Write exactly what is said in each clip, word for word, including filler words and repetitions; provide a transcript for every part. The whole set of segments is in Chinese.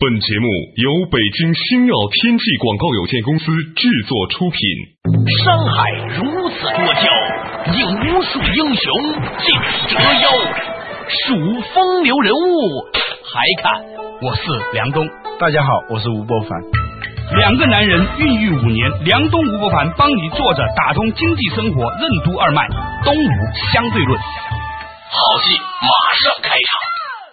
本节目由北京星耀天际广告有限公司制作出品。 山海如此多娇，引无数英雄竞折腰。数风流人物，还看我是梁冬。 大家好，我是吴伯凡。 两个男人孕育五年，梁冬吴伯凡帮你做着打通经济生活任督二脉，东吴相对论。 好戏马上开场。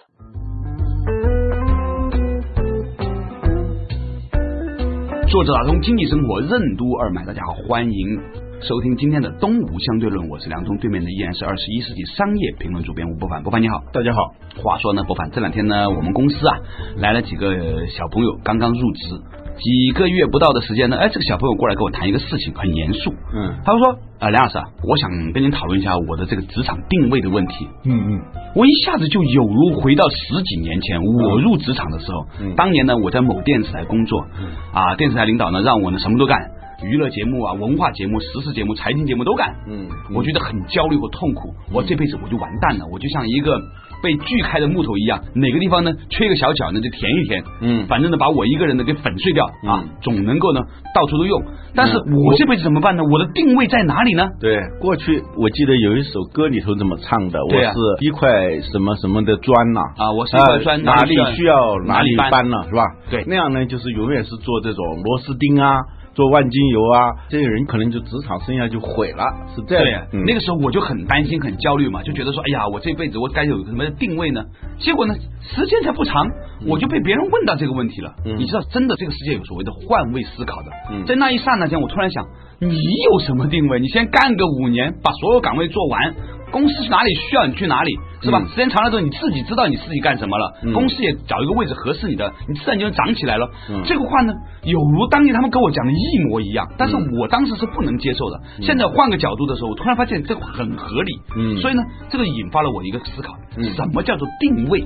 作者打通经济生活任督二脉，大家好，欢迎收听今天的东吴相对论，我是梁冬，对面的依然是二十一世纪商业评论主编吴伯凡。伯凡你好。 大家好。 话说呢，伯凡这两天呢，我们公司啊来了几个小朋友，刚刚入职，几个月不到的时间呢，哎，这个小朋友过来跟我谈一个事情，很严肃。嗯，他说啊、呃，梁老师啊，我想跟您讨论一下我的这个职场定位的问题。嗯嗯，我一下子就有如回到十几年前我入职场的时候。嗯，当年呢，我在某电视台工作。嗯，啊，电视台领导呢让我呢什么都干。娱乐节目啊，文化节目、时事节目、财经节目都干。嗯，我觉得很焦虑和痛苦，我这辈子我就完蛋了，我就像一个被锯开的木头一样，哪个地方呢缺一个小角呢就填一填。嗯，反正呢把我一个人呢给粉碎掉啊，总能够呢到处都用。但是我这辈子怎么办呢？我的定位在哪里呢？ 对，过去我记得有一首歌里头这么唱的，我是一块什么什么的砖呐啊， 我是一块砖， 哪里需要哪里搬了，是吧？ 对， 那样呢就是永远是做这种螺丝钉啊。做万金油啊，这个人可能就职场生涯就毁了，是这样。 对、嗯，那个时候我就很担心、很焦虑嘛，就觉得说，哎呀，我这辈子我该有什么定位呢？结果呢，时间才不长，我就被别人问到这个问题了。嗯、你知道，真的这个世界有所谓的换位思考的。嗯、在那一刹那间，我突然想，你有什么定位？你先干个五年，把所有岗位做完。公司哪里需要你去哪里，是吧？嗯、时间长了之后，你自己知道你自己干什么了，嗯、公司也找一个位置合适你的，你自然就长起来了。嗯、这个话呢，有如当年他们跟我讲的一模一样，但是我当时是不能接受的。嗯、现在换个角度的时候，我突然发现这个很合理。嗯，所以呢，这个引发了我一个思考：嗯、什么叫做定位？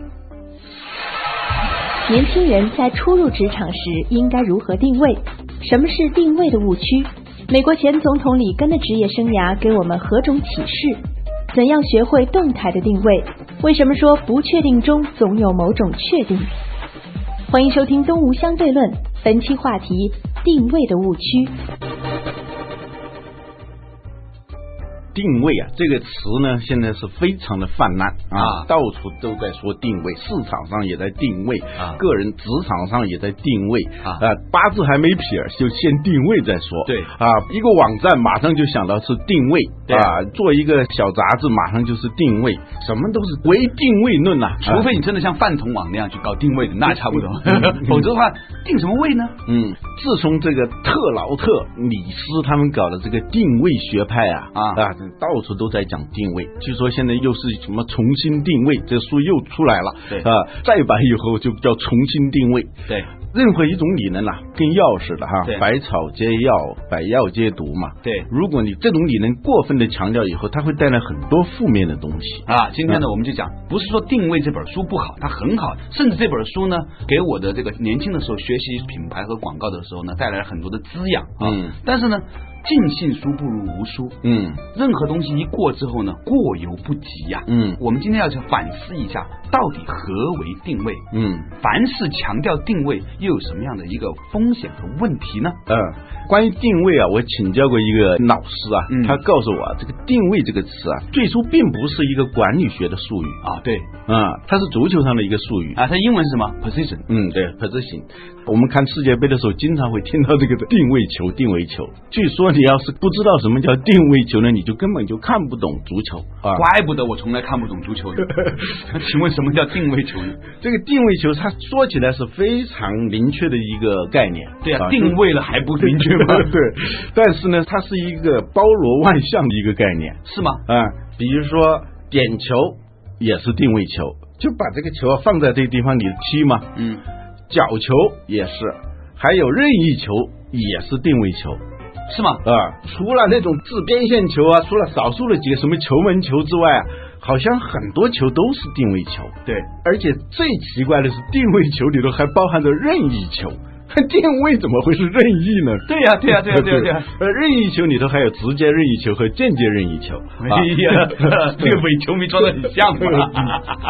年轻人在初入职场时应该如何定位？什么是定位的误区？美国前总统里根的职业生涯给我们何种启示？怎样学会动态的定位？为什么说不确定中总有某种确定？欢迎收听东吴相对论，本期话题：定位的误区。 定位啊，这个词呢，现在是非常的泛滥啊，到处都在说定位，市场上也在定位啊，个人职场上也在定位啊，呃，八字还没撇就先定位再说。对啊，一个网站马上就想到是定位啊，做一个小杂志马上就是定位，什么都是唯定位论呐、啊， 除非你真的像饭桶网那样去搞定位的，那差不多，嗯、否则的话定什么位呢？ 嗯，自从这个特劳特、李斯他们搞的这个定位学派啊啊。啊到处都在讲定位，据说现在又是什么重新定位，这书又出来了，对啊，再版以后就叫重新定位。对，任何一种理论啊，跟药似的哈，百草皆药，百药皆毒嘛。对，如果你这种理论过分的强调以后，它会带来很多负面的东西啊。今天呢，我们就讲，不是说定位这本书不好，它很好，甚至这本书呢，给我的这个年轻的时候学习品牌和广告的时候呢，带来了很多的滋养啊。嗯，但是呢。尽信书不如无书，嗯，任何东西一过之后呢，过犹不及呀、啊，嗯，我们今天要去反思一下，到底何为定位？嗯，凡是强调定位，又有什么样的一个风险和问题呢？ 嗯，关于定位啊，我请教过一个老师啊，嗯、他告诉我、啊，这个定位这个词啊，最初并不是一个管理学的术语啊，对， 啊、嗯，它是足球上的一个术语啊，它英文是什么 ？position， 嗯，对 ，position。我们看世界杯的时候，经常会听到这个定位球，定位球。据说你要是不知道什么叫定位球呢，你就根本就看不懂足球啊！ 怪不得我从来看不懂足球呢。请问什么叫定位球呢？ 这个定位球，它说起来是非常明确的一个概念。 对啊，定位了还不明确吗？ 对，但是呢，它是一个包罗万象的一个概念， 是吗？ 啊、嗯，比如说点球也是定位球，就把这个球啊放在这个地方你踢嘛。嗯。角球也是，还有任意球也是定位球， 是吗？ 啊、呃，除了那种自边线球啊，除了少数的几个什么球门球之外啊，好像很多球都是定位球。对，而且最奇怪的是，定位球里头还包含着任意球。定位怎么会是任意呢？ 对呀、啊，对呀、啊，对呀、啊，对呀、啊，对呀、啊。 呃，任意球里头还有直接任意球和间接任意球。 哎呀，这个伪球迷装的很像嘛。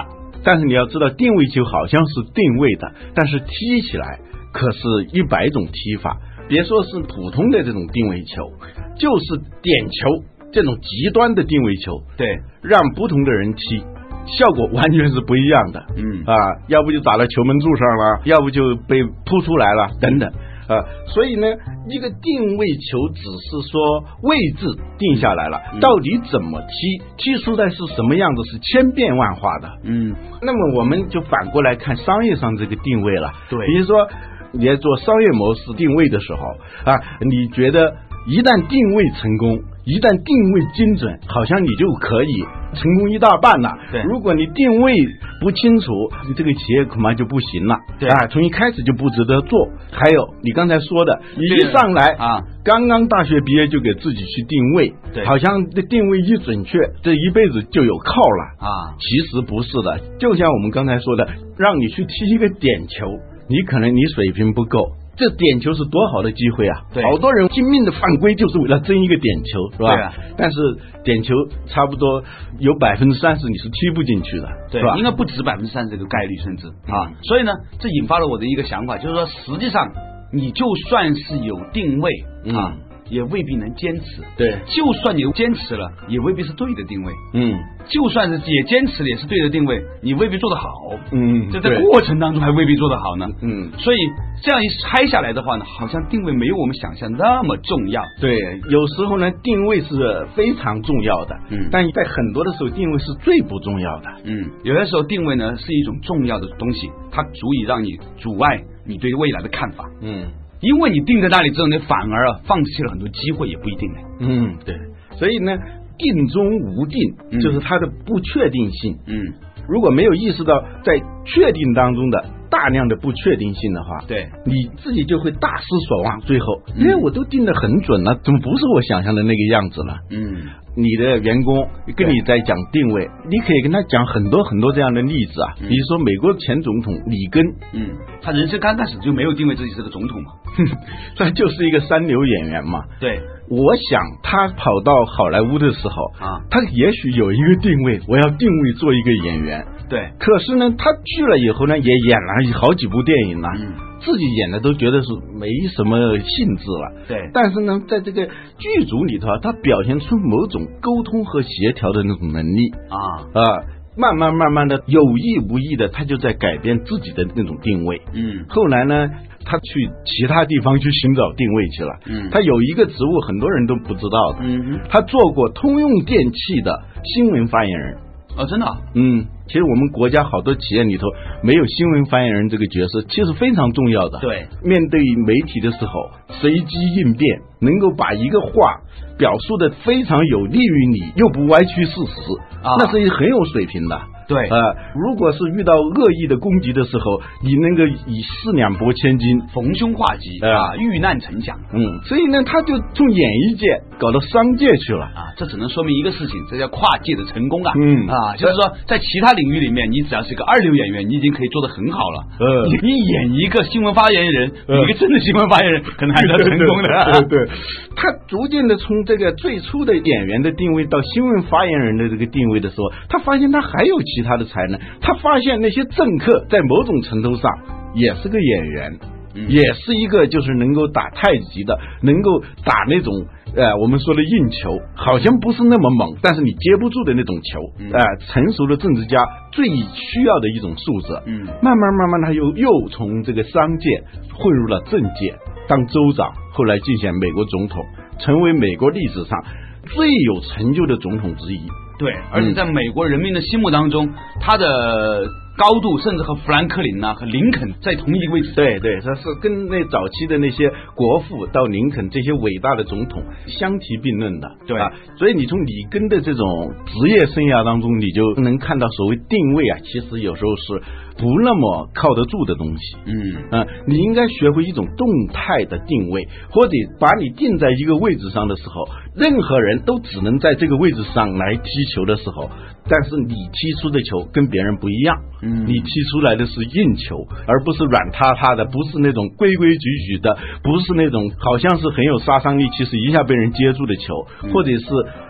但是你要知道，定位球好像是定位的，但是踢起来可是一百种踢法。别说是普通的这种定位球，就是点球这种极端的定位球， 对， 让不同的人踢，效果完全是不一样的。 嗯啊，要不就打到球门柱上了，要不就被扑出来了，等等。啊，所以呢，一个定位球只是说位置定下来了，嗯、到底怎么踢，踢出来是什么样子，是千变万化的。 嗯， 那么我们就反过来看商业上这个定位了。 对， 比如说你在做商业模式定位的时候啊，你觉得一旦定位成功，一旦定位精准，好像你就可以成功一大半了。 对， 如果你定位不清楚，你这个企业恐怕就不行了。 对啊，从一开始就不值得做。还有你刚才说的，你一上来啊， 刚刚大学毕业就给自己去定位， 对， 好像这定位一准确，这一辈子就有靠了啊。 其实不是的，就像我们刚才说的，让你去踢一个点球，你可能你水平不够。这点球是多好的机会啊！好多人拼命的犯规，就是为了争一个点球，是吧？ 对啊。 但是点球差不多有百分之三十你是踢不进去的， 对是吧？ 应该不止百分之三十这个概率，甚至啊。 所以呢，这引发了我的一个想法，就是说，实际上你就算是有定位啊， 嗯、 也未必能坚持。 对， 就算你坚持了，也未必是对的定位。 嗯。 就算是也坚持了也是对的定位，你未必做得好。 嗯， 这在过程当中还未必做得好呢。 嗯， 所以这样一拆下来的话呢，好像定位没有我们想象那么重要。 对，有时候呢，定位是非常重要的。 嗯， 但在很多的时候，定位是最不重要的。 嗯，有的时候定位呢是一种重要的东西，它足以让你阻碍你对未来的看法。 嗯， 因为你定在那里之后，你反而啊放弃了很多机会，也不一定呢。 嗯，对，所以呢。定中无定， 嗯、 就是它的不确定性。 嗯， 如果没有意识到在确定当中的大量的不确定性的话， 对， 你自己就会大失所望。最后，因为我都定得很准了，怎么不是我想象的那个样子了？ 嗯， 你的员工跟你在讲定位，你可以跟他讲很多很多这样的例子啊。嗯、比如说美国前总统里根， 嗯，他人生刚开始就没有定位自己是个总统嘛， 他就是一个三流演员嘛。 对。 我想他跑到好莱坞的时候啊， 他也许有一个定位，我要定位做一个演员。 对， 可是呢，他去了以后呢，也演了好几部电影了， 嗯， 自己演的都觉得是没什么兴致了。 对， 但是呢，在这个剧组里头，他表现出某种沟通和协调的那种能力啊啊。慢慢慢慢的有意无意的，他就在改变自己的那种定位。 嗯， 后来呢，他去其他地方去寻找定位去了。 嗯， 他有一个职务很多人都不知道的。 嗯， 他做过通用电气的新闻发言人。 哦，真的、啊？ 嗯，其实我们国家好多企业里头没有新闻发言人这个角色，其实非常重要的。 对， 面对媒体的时候，随机应变，能够把一个话表述的非常有利于你，又不歪曲事实， 啊、 那是一个很有水平的。 对， 呃，如果是遇到恶意的攻击的时候，你能够以四两拨千斤， 逢凶化吉啊，遇难成祥。 嗯，所以呢，他就从演艺界搞到商界去了啊，这只能说明一个事情，这叫跨界的成功啊。 嗯啊，就是说在其他领域里面，你只要是个二流演员，你已经可以做得很好了。 呃， 你你演一个新闻发言人，呃、一个真的新闻发言人，可能还是要成功的。 对, 对, 对, 对，他逐渐的从这个最初的演员的定位到新闻发言人的这个定位的时候，他发现他还有其他的才能。他发现那些政客在某种程度上也是个演员， 嗯、 也是一个就是能够打太极的，能够打那种呃我们说的硬球，好像不是那么猛，但是你接不住的那种球。 嗯、 呃，成熟的政治家最需要的一种素质。 嗯， 慢慢慢慢他又又从这个商界混入了政界，当州长，后来竞选美国总统，成为美国历史上最有成就的总统之一。 对，而且在美国人民的心目当中，他的高度甚至和富兰克林啊和林肯在同一个位置。 对对，他是跟那早期的那些国父到林肯这些伟大的总统相提并论的。 对啊，所以你从里根的这种职业生涯当中，你就能看到所谓定位啊，其实有时候是不那么靠得住的东西。 嗯嗯，你应该学会一种动态的定位，或者把你定在一个位置上的时候，任何人都只能在这个位置上来踢球的时候，但是你踢出的球跟别人不一样。 嗯， 你踢出来的是硬球，而不是软塌塌的，不是那种规规矩矩的，不是那种好像是很有杀伤力，其实一下被人接住的球， 嗯、 或者是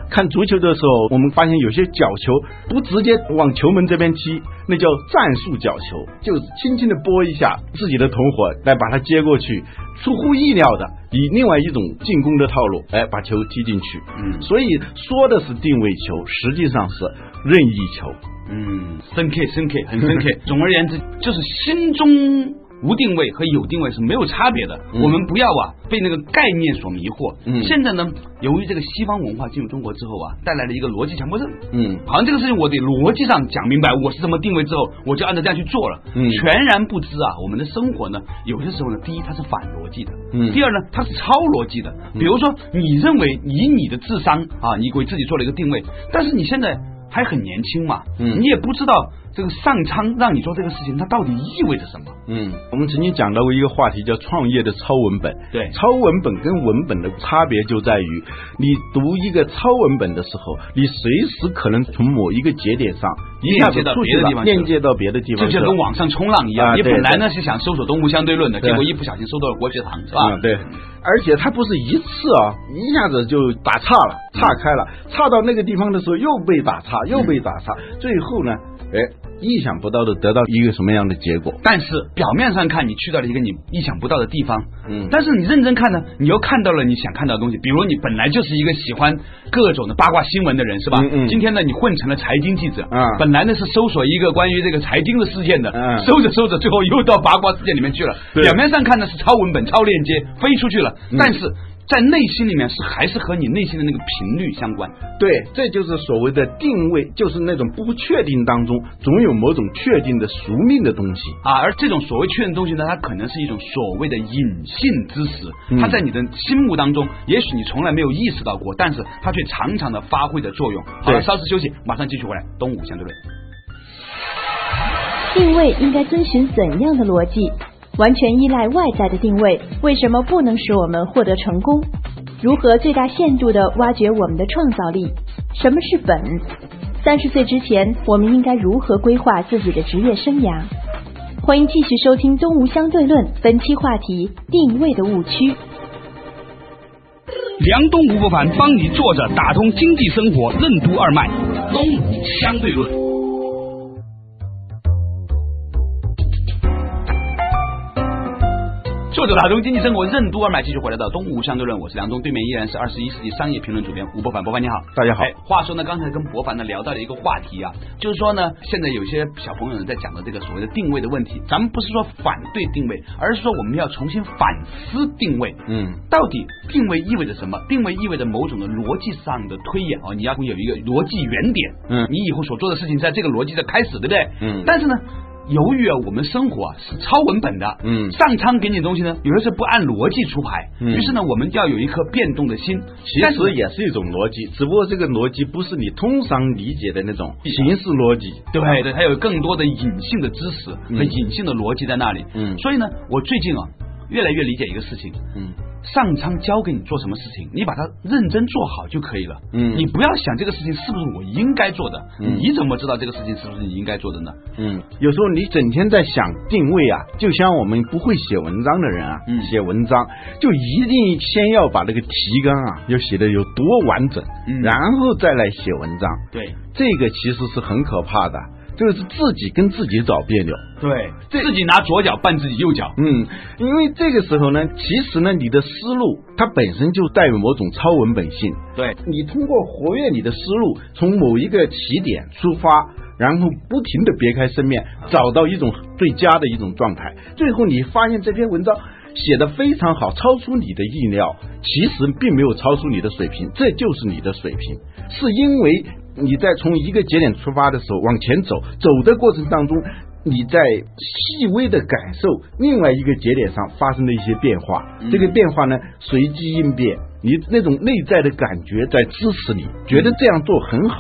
看足球的时候，我们发现有些角球不直接往球门这边踢，那叫战术角球，就是轻轻的拨一下自己的同伙来把它接过去，出乎意料的以另外一种进攻的套路，哎，把球踢进去。嗯，所以说的是定位球，实际上是任意球。 嗯，深刻深刻很深刻。总而言之，就是心中无定位和有定位是没有差别的。嗯、我们不要啊被那个概念所迷惑。嗯，现在呢，由于这个西方文化进入中国之后啊，带来了一个逻辑强迫症。嗯，好像这个事情我得逻辑上讲明白，我是怎么定位之后，我就按照这样去做了。嗯，全然不知啊，我们的生活呢，有些时候呢，第一它是反逻辑的，嗯，第二呢，它是超逻辑的。比如说，你认为以你的智商啊，你给自己做了一个定位，但是你现在还很年轻嘛，嗯，你也不知道这个上苍让你做这个事情，它到底意味着什么？ 嗯，我们曾经讲到过一个话题叫创业的超文本。 对， 超文本跟文本的差别就在于，你读一个超文本的时候，你随时可能从某一个节点上一下子到别的地方， 链接到别的地方， 就像跟网上冲浪一样。啊、你本来呢是想搜索东吴相对论的，结果一不小心搜到了国学堂，是吧？ 嗯，对。而且它不是一次啊，一下子就打岔了，岔开了，岔到那个地方的时候又被打岔，又被打岔，嗯、最后呢，哎，意想不到的得到一个什么样的结果？ 但是表面上看，你去到了一个你意想不到的地方，嗯，但是你认真看呢，你又看到了你想看到的东西。比如你本来就是一个喜欢各种的八卦新闻的人，是吧？嗯嗯。今天呢，你混成了财经记者，啊、嗯，本来呢是搜索一个关于这个财经的事件的，嗯，搜着搜着，最后又到八卦事件里面去了。表面上看呢是超文本、超链接飞出去了，嗯、但是在内心里面是还是和你内心的那个频率相关。 对，这就是所谓的定位，就是那种不确定当中总有某种确定的宿命的东西啊。而这种所谓确定的东西呢，它可能是一种所谓的隐性知识，嗯、它在你的心目当中，也许你从来没有意识到过，但是它却常常的发挥着作用。好了，稍事休息，马上继续回来。东吴相对论。 定位应该遵循怎样的逻辑？完全依赖外在的定位，为什么不能使我们获得成功？如何最大限度地挖掘我们的创造力？什么是本？三十岁之前，我们应该如何规划自己的职业生涯？欢迎继续收听《东吴相对论》，本期话题：定位的误区。 梁东吴伯凡帮你坐着打通经济生活任督二脉，东吴相对论。 作者打通经济生活任督二脉，继续回来到东吴相对论，我是梁东，对面依然是二十一世纪商业评论主编吴伯凡。伯凡你好。 大家好。 哎，话说呢，刚才跟伯凡呢聊到了一个话题啊，就是说呢，现在有些小朋友呢在讲的这个所谓的定位的问题，咱们不是说反对定位，而是说我们要重新反思定位。嗯，到底定位意味着什么？定位意味着某种的逻辑上的推演啊，你要有一个逻辑原点。嗯，你以后所做的事情在这个逻辑的开始，对不对？嗯，但是呢，由于啊，我们生活啊是超文本的，嗯，上苍给你的东西呢，有的是不按逻辑出牌，嗯，于是呢，我们要有一颗变动的心， 其实也是一种逻辑，只不过这个逻辑不是你通常理解的那种形式逻辑， 对对，它有更多的隐性的知识和隐性的逻辑在那里，嗯，所以呢，我最近啊越来越理解一个事情，嗯。上苍教给你做什么事情，你把它认真做好就可以了。嗯，你不要想这个事情是不是我应该做的，嗯、你怎么知道这个事情是不是你应该做的呢？ 嗯，有时候你整天在想定位啊，就像我们不会写文章的人啊，嗯、写文章就一定先要把这个提纲啊要写的有多完整，嗯、然后再来写文章。 对， 这个其实是很可怕的。这个是自己跟自己找别扭， 对，自己拿左脚绊自己右脚， 嗯，因为这个时候呢，其实呢，你的思路它本身就带有某种超文本性， 对， 你通过活跃你的思路，从某一个起点出发，然后不停的别开生面，找到一种最佳的一种状态，最后你发现这篇文章写得非常好，超出你的意料，其实并没有超出你的水平，这就是你的水平，是因为你在从一个节点出发的时候往前走，走的过程当中，你在细微的感受另外一个节点上发生的一些变化，嗯、这个变化呢随机应变，你那种内在的感觉在支持你，觉得这样做很好，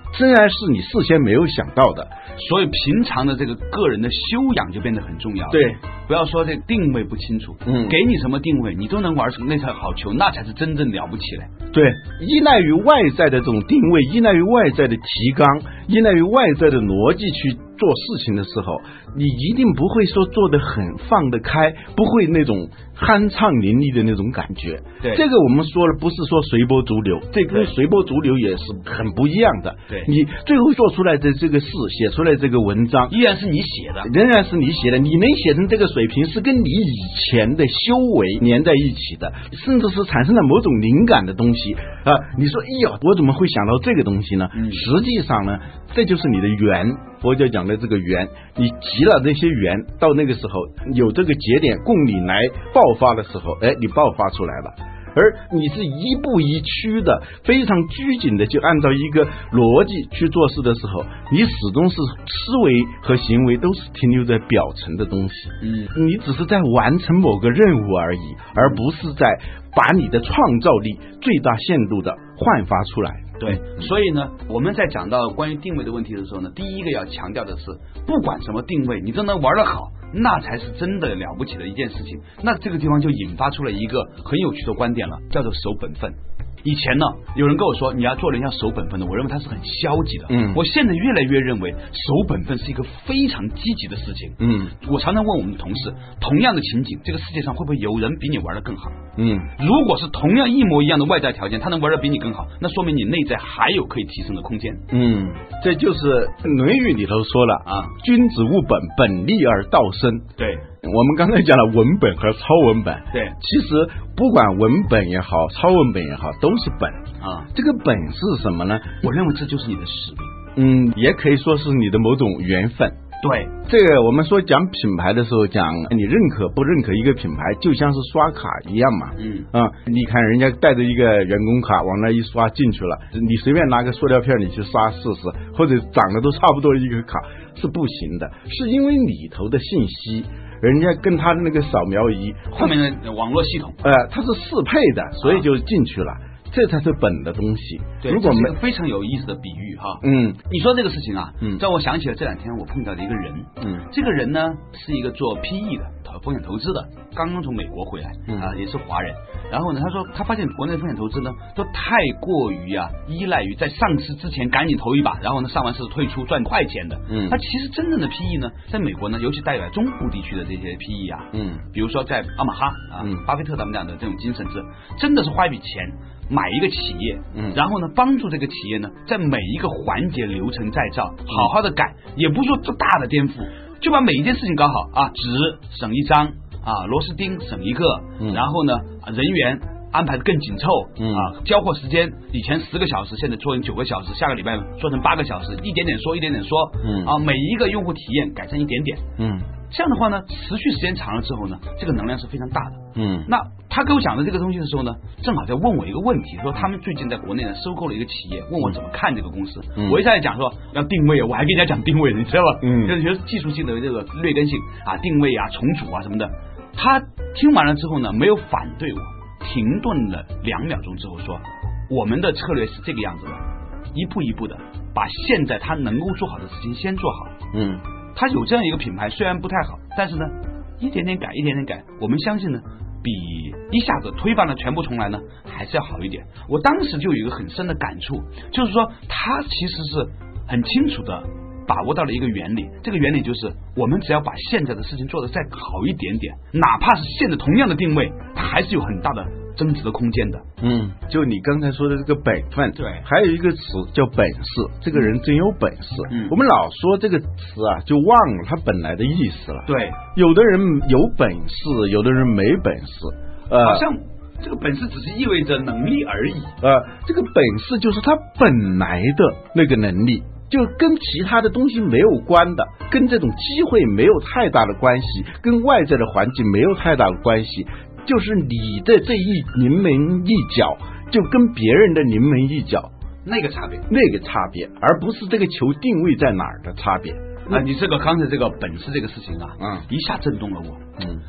虽然是你事先没有想到的。 所以平常的这个个人的修养就变得很重要。 对， 不要说这定位不清楚，嗯，给你什么定位你都能玩成那台好球，那才是真正了不起嘞。 对，依赖于外在的这种定位，依赖于外在的提纲，依赖于外在的逻辑去做事情的时候，你一定不会说做得很放得开，不会那种酣畅淋漓的那种感觉。 对， 这个我们说了，不是说随波逐流，这跟随波逐流也是很不一样的。 对， 你最后做出来的这个事，写出来这个文章， 依然是你写的， 仍然是你写的，你能写成这个水平，是跟你以前的修为粘在一起的，甚至是产生了某种灵感的东西啊！你说，哎呦，我怎么会想到这个东西呢？嗯、实际上呢，这就是你的缘。佛教讲的这个缘，你集了这些缘，到那个时候有这个节点供你来爆发的时候，哎，你爆发出来了。而你是一步一趋的，非常拘谨的，就按照一个逻辑去做事的时候，你始终是思维和行为都是停留在表层的东西。嗯，你只是在完成某个任务而已，而不是在把你的创造力最大限度的焕发出来。 对，所以呢，我们在讲到关于定位的问题的时候呢，第一个要强调的是，不管什么定位，你都能玩得好，那才是真的了不起的一件事情。那这个地方就引发出了一个很有趣的观点了，叫做守本分。以前呢，有人跟我说你要做人要守本分的，我认为他是很消极的。嗯，我现在越来越认为守本分是一个非常积极的事情。嗯，我常常问我们的同事，同样的情景，这个世界上会不会有人比你玩得更好？嗯，如果是同样一模一样的外在条件，他能玩得比你更好，那说明你内在还有可以提升的空间。嗯， 这就是《论语》里头说了啊，君子务本，本立而道生。 对。 我们刚才讲了文本和超文本， 对， 其实不管文本也好，超文本也好，都是本啊。这个本是什么呢？ 我认为这就是你的使命， 嗯，也可以说是你的某种缘分。 对， 这个我们说讲品牌的时候，讲你认可不认可一个品牌，就像是刷卡一样嘛。嗯啊，你看人家带着一个员工卡往那一刷进去了，你随便拿个塑料片你去刷试试，或者长得都差不多一个卡是不行的，是因为里头的信息。人家跟他的那个扫描仪后面的网络系统， 呃，它是适配的，所以就进去了。这才是本的东西。 对，如果没非常有意思的比喻哈。嗯，你说这个事情啊，嗯，让我想起了这两天我碰到的一个人。嗯，这个人呢是一个做 P E 的，投风险投资的，刚刚从美国回来，嗯啊，也是华人。然后呢，他说他发现国内的风险投资呢都太过于啊依赖于在上市之前赶紧投一把，然后呢上完市退出赚快钱的。嗯，他其实真正的 P E 呢，在美国呢，尤其代表中部地区的这些 P E 啊，嗯，比如说在阿马哈啊，嗯、巴菲特他们讲的这种精神是，真的是花一笔钱买一个企业，嗯，然后呢帮助这个企业呢在每一个环节流程再造，好好的改，也不是说做大的颠覆，就把每一件事情搞好啊，纸省一张啊，螺丝钉省一个，嗯、然后呢人员安排的更紧凑，嗯啊，交货时间以前十个小时，现在做成九个小时，下个礼拜做成八个小时，一点点说，一点点说，嗯啊，每一个用户体验改善一点点，嗯，这样的话呢，持续时间长了之后呢，这个能量是非常大的，嗯，那他给我讲的这个东西的时候呢，正好在问我一个问题，说他们最近在国内呢收购了一个企业，问我怎么看这个公司，嗯、我一下来讲说要定位，我还跟人家讲定位，你知道吧？嗯，就是学技术性的这个劣根性啊，定位啊，重组啊什么的。他听完了之后呢，没有反对我。停顿了两秒钟之后说，我们的策略是这个样子的，一步一步的把现在他能够做好的事情先做好。嗯，他有这样一个品牌，虽然不太好，但是呢一点点改一点点改，我们相信呢比一下子推翻了全部重来呢还是要好一点。我当时就有一个很深的感触，就是说他其实是很清楚的把握到了一个原理，这个原理就是我们只要把现在的事情做得再好一点点，哪怕是现在同样的定位，它还是有很大的增值的空间的。嗯， 就你刚才说的这个本分， 对， 还有一个词叫本事，这个人真有本事。嗯，我们老说这个词啊，就忘了它本来的意思了。 对， 有的人有本事，有的人没本事， 呃，好像这个本事只是意味着能力而已。 呃，这个本事就是他本来的那个能力。就跟其他的东西没有关的，跟这种机会没有太大的关系，跟外在的环境没有太大的关系，就是你的这一临门一脚就跟别人的临门一脚那个差别， 那个差别，而不是这个球定位在哪儿的差别。 啊，你这个刚才这个本事这个事情啊，嗯，一下震动了我。嗯，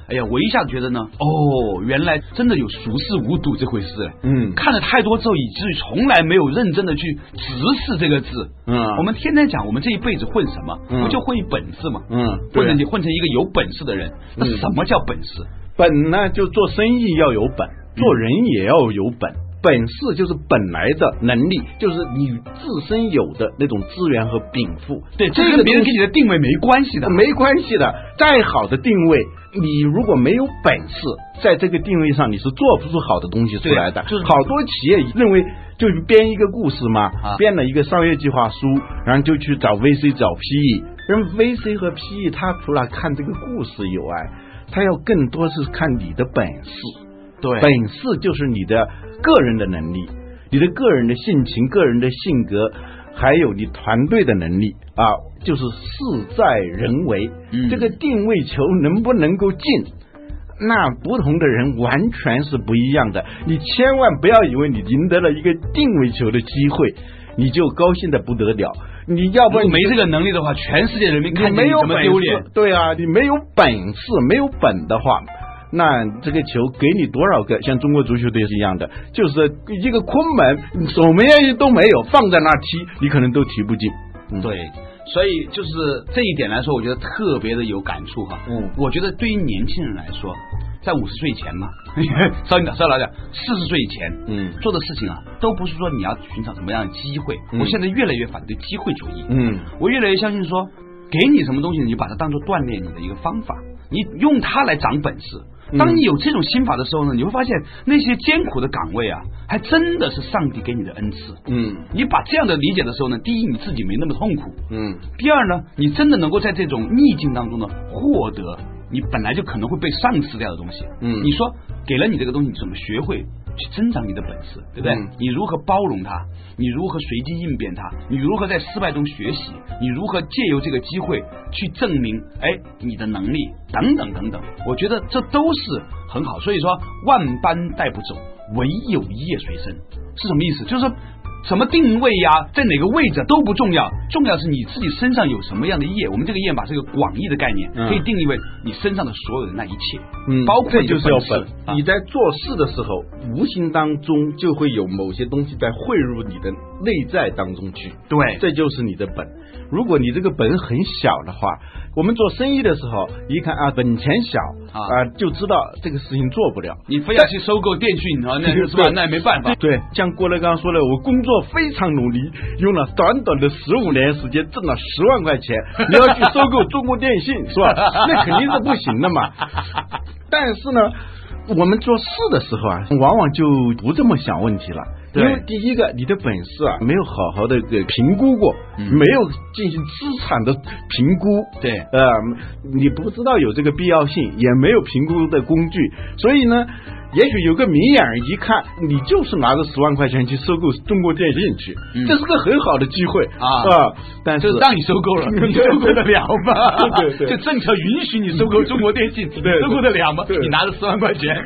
哎呀，我一下觉得呢，哦，原来真的有熟视无睹这回事。 嗯， 看了太多之后，以至于从来没有认真的去直视这个字。嗯，我们天天讲我们这一辈子混什么，嗯、不就混一本事吗？嗯，混成混成一个有本事的人。那什么叫本事？ 本呢，就做生意要有本，做人也要有本。嗯，本事就是本来的能力，就是你自身有的那种资源和禀赋。 对，这跟别人给你的定位没关系的， 没关系的。再好的定位，你如果没有本事，在这个定位上你是做不出好的东西出来的。就是好多企业认为就编一个故事嘛，啊、编了一个商业计划书，然后就去找 V C 找 P E。人 V C 和 P E 他除了看这个故事以外，他要更多是看你的本事。 对， 本事就是你的个人的能力，你的个人的性情、个人的性格，还有你团队的能力啊，就是事在人为。嗯、这个定位球能不能够进，那不同的人完全是不一样的。你千万不要以为你赢得了一个定位球的机会，你就高兴的不得了。你要不然没这个能力的话，全世界人民看见你怎么丢脸？ 对啊，你没有本事、没有本的话，那这个球给你多少个，像中国足球队是一样的，就是一个空门，守门员都没有，放在那踢，你可能都踢不进。 嗯、对，所以就是这一点来说，我觉得特别的有感触哈。嗯，我觉得对于年轻人来说，在五十岁以前嘛，稍微稍微来讲，四十岁以前，嗯，做的事情啊，都不是说你要寻找什么样的机会。嗯、我现在越来越反对机会主义。嗯，我越来越相信说，给你什么东西，你就把它当做锻炼你的一个方法，你用它来长本事。当你有这种心法的时候呢，你会发现那些艰苦的岗位啊，还真的是上帝给你的恩赐。嗯，你把这样的理解的时候呢，第一你自己没那么痛苦。嗯，第二呢，你真的能够在这种逆境当中呢，获得你本来就可能会被丧失掉的东西。嗯，你说给了你这个东西，你怎么学会去增长你的本事，对不对？嗯、你如何包容它？你如何随机应变它？你如何在失败中学习？你如何借由这个机会去证明哎你的能力等等等等？我觉得这都是很好。所以说万般带不走，唯有一业随身，是什么意思？就是说什么定位呀、啊，在哪个位置都不重要，重要是你自己身上有什么样的业。我们这个业把这个广义的概念可以定义为你身上的所有的那一切，嗯，包括这就是要本。啊、你在做事的时候，无形当中就会有某些东西在汇入你的内在当中去， 对， 这就是你的本。如果你这个本很小的话，我们做生意的时候一看啊，本钱小啊、呃，就知道这个事情做不了。 你非要去收购电讯啊，那是吧？那也没办法。 对，像郭德纲说的，我工作非常努力，用了短短的十五年时间挣了十万块钱，你要去收购中国电信是吧？那肯定是不行的嘛。但是呢，我们做事的时候啊，往往就不这么想问题了。因为第一个，你的本事啊没有好好的评估过，嗯、没有进行资产的评估， 对， 呃，你不知道有这个必要性，也没有评估的工具，所以呢，也许有个明眼人一看，你就是拿着十万块钱去收购中国电信去，嗯、这是个很好的机会啊啊！但是让你收购了，你收购得了吗？ 对对， 就政策允许你收购中国电信，对，收购得了吗？你拿着十万块钱，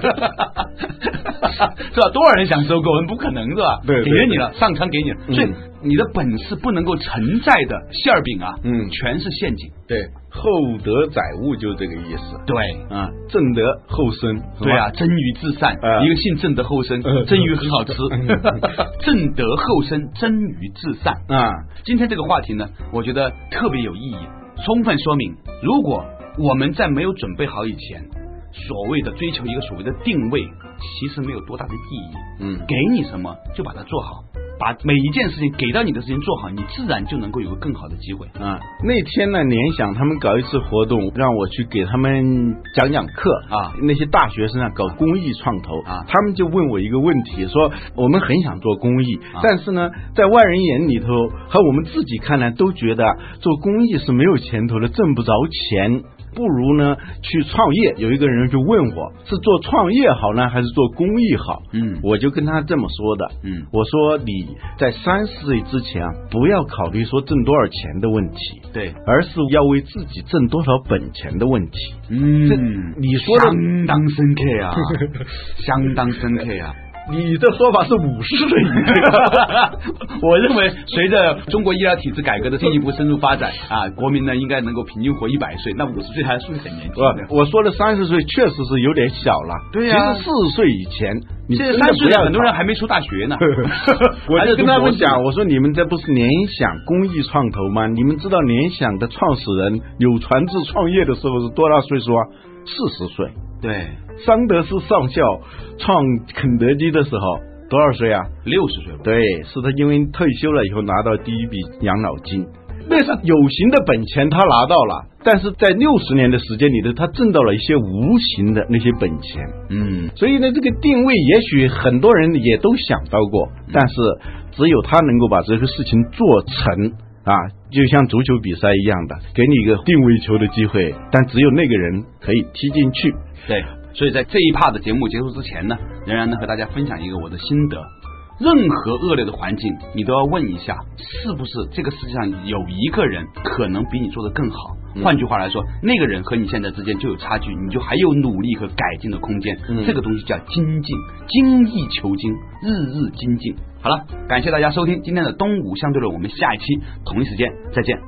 是吧？多少人想收购？不可能是吧？ 对， 给了你了，上苍给你了，所以你的本事不能够承载的馅儿饼啊，嗯，全是陷阱。 对，厚德载物就这个意思。 对， 啊，正德后生。 对啊，真鱼至善，呃、一个姓郑的后生，呃、真鱼很好吃。正德后生，真鱼至善啊！今天这个话题呢，我觉得特别有意义，充分说明，如果我们在没有准备好以前，所谓的追求一个所谓的定位，其实没有多大的意义。嗯，给你什么就把它做好，把每一件事情给到你的事情做好，你自然就能够有个更好的机会啊。那天呢，联想他们搞一次活动，让我去给他们讲讲课啊。那些大学生啊，搞公益创投啊，他们就问我一个问题，说我们很想做公益，啊、但是呢，在外人眼里头和我们自己看来，都觉得做公益是没有前途的，挣不着钱。不如呢去创业。有一个人就问我，是做创业好呢，还是做公益好？嗯，我就跟他这么说的。嗯，我说你在三十岁之前啊，不要考虑说挣多少钱的问题， 对， 而是要为自己挣多少本钱的问题。 嗯，你说的相当深刻啊，相当深刻啊。 你的说法是五十岁以内。 我认为随着中国医疗体制改革的进一步深入发展啊，国民呢应该能够平均活一百岁，那五十岁还属于很年轻的。 我说的三十岁确实是有点小了。 对呀、啊， 其实四十岁以前，你现在三十岁很多人还没出大学呢。 我就跟他们讲，我说你们这不是联想公益创投吗？你们知道联想的创始人柳传志创业的时候是多大岁数啊？四十岁。 对， 桑德斯上校创肯德基的时候多少岁啊？ 六十岁。 对，是他因为退休了以后拿到第一笔养老金，那是有形的本钱他拿到了，但是在六十年的时间里头，他挣到了一些无形的那些本钱。 嗯， 所以呢，这个定位也许很多人也都想到过，但是只有他能够把这个事情做成啊，就像足球比赛一样的，给你一个定位球的机会，但只有那个人可以踢进去。 对，所以在这一趴的节目结束之前呢，仍然呢和大家分享一个我的心得。任何恶劣的环境，你都要问一下，是不是这个世界上有一个人可能比你做得更好？嗯、换句话来说，那个人和你现在之间就有差距，你就还有努力和改进的空间。嗯、这个东西叫精进，精益求精，日日精进。好了，感谢大家收听今天的东吴相对论，我们下一期同一时间再见。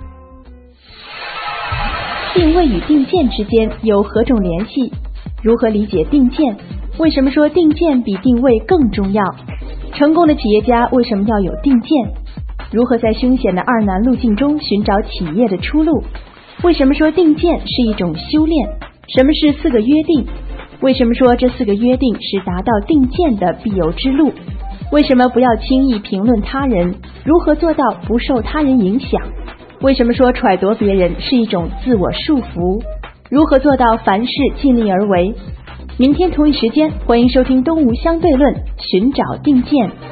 定位与定见之间有何种联系？如何理解定见？为什么说定见比定位更重要？成功的企业家为什么要有定见？如何在凶险的二难路径中寻找企业的出路？为什么说定见是一种修炼？什么是四个约定？为什么说这四个约定是达到定见的必由之路？为什么不要轻易评论他人？如何做到不受他人影响？为什么说揣度别人是一种自我束缚？如何做到凡事尽力而为？明天同一时间，欢迎收听东吴相对论，寻找定见。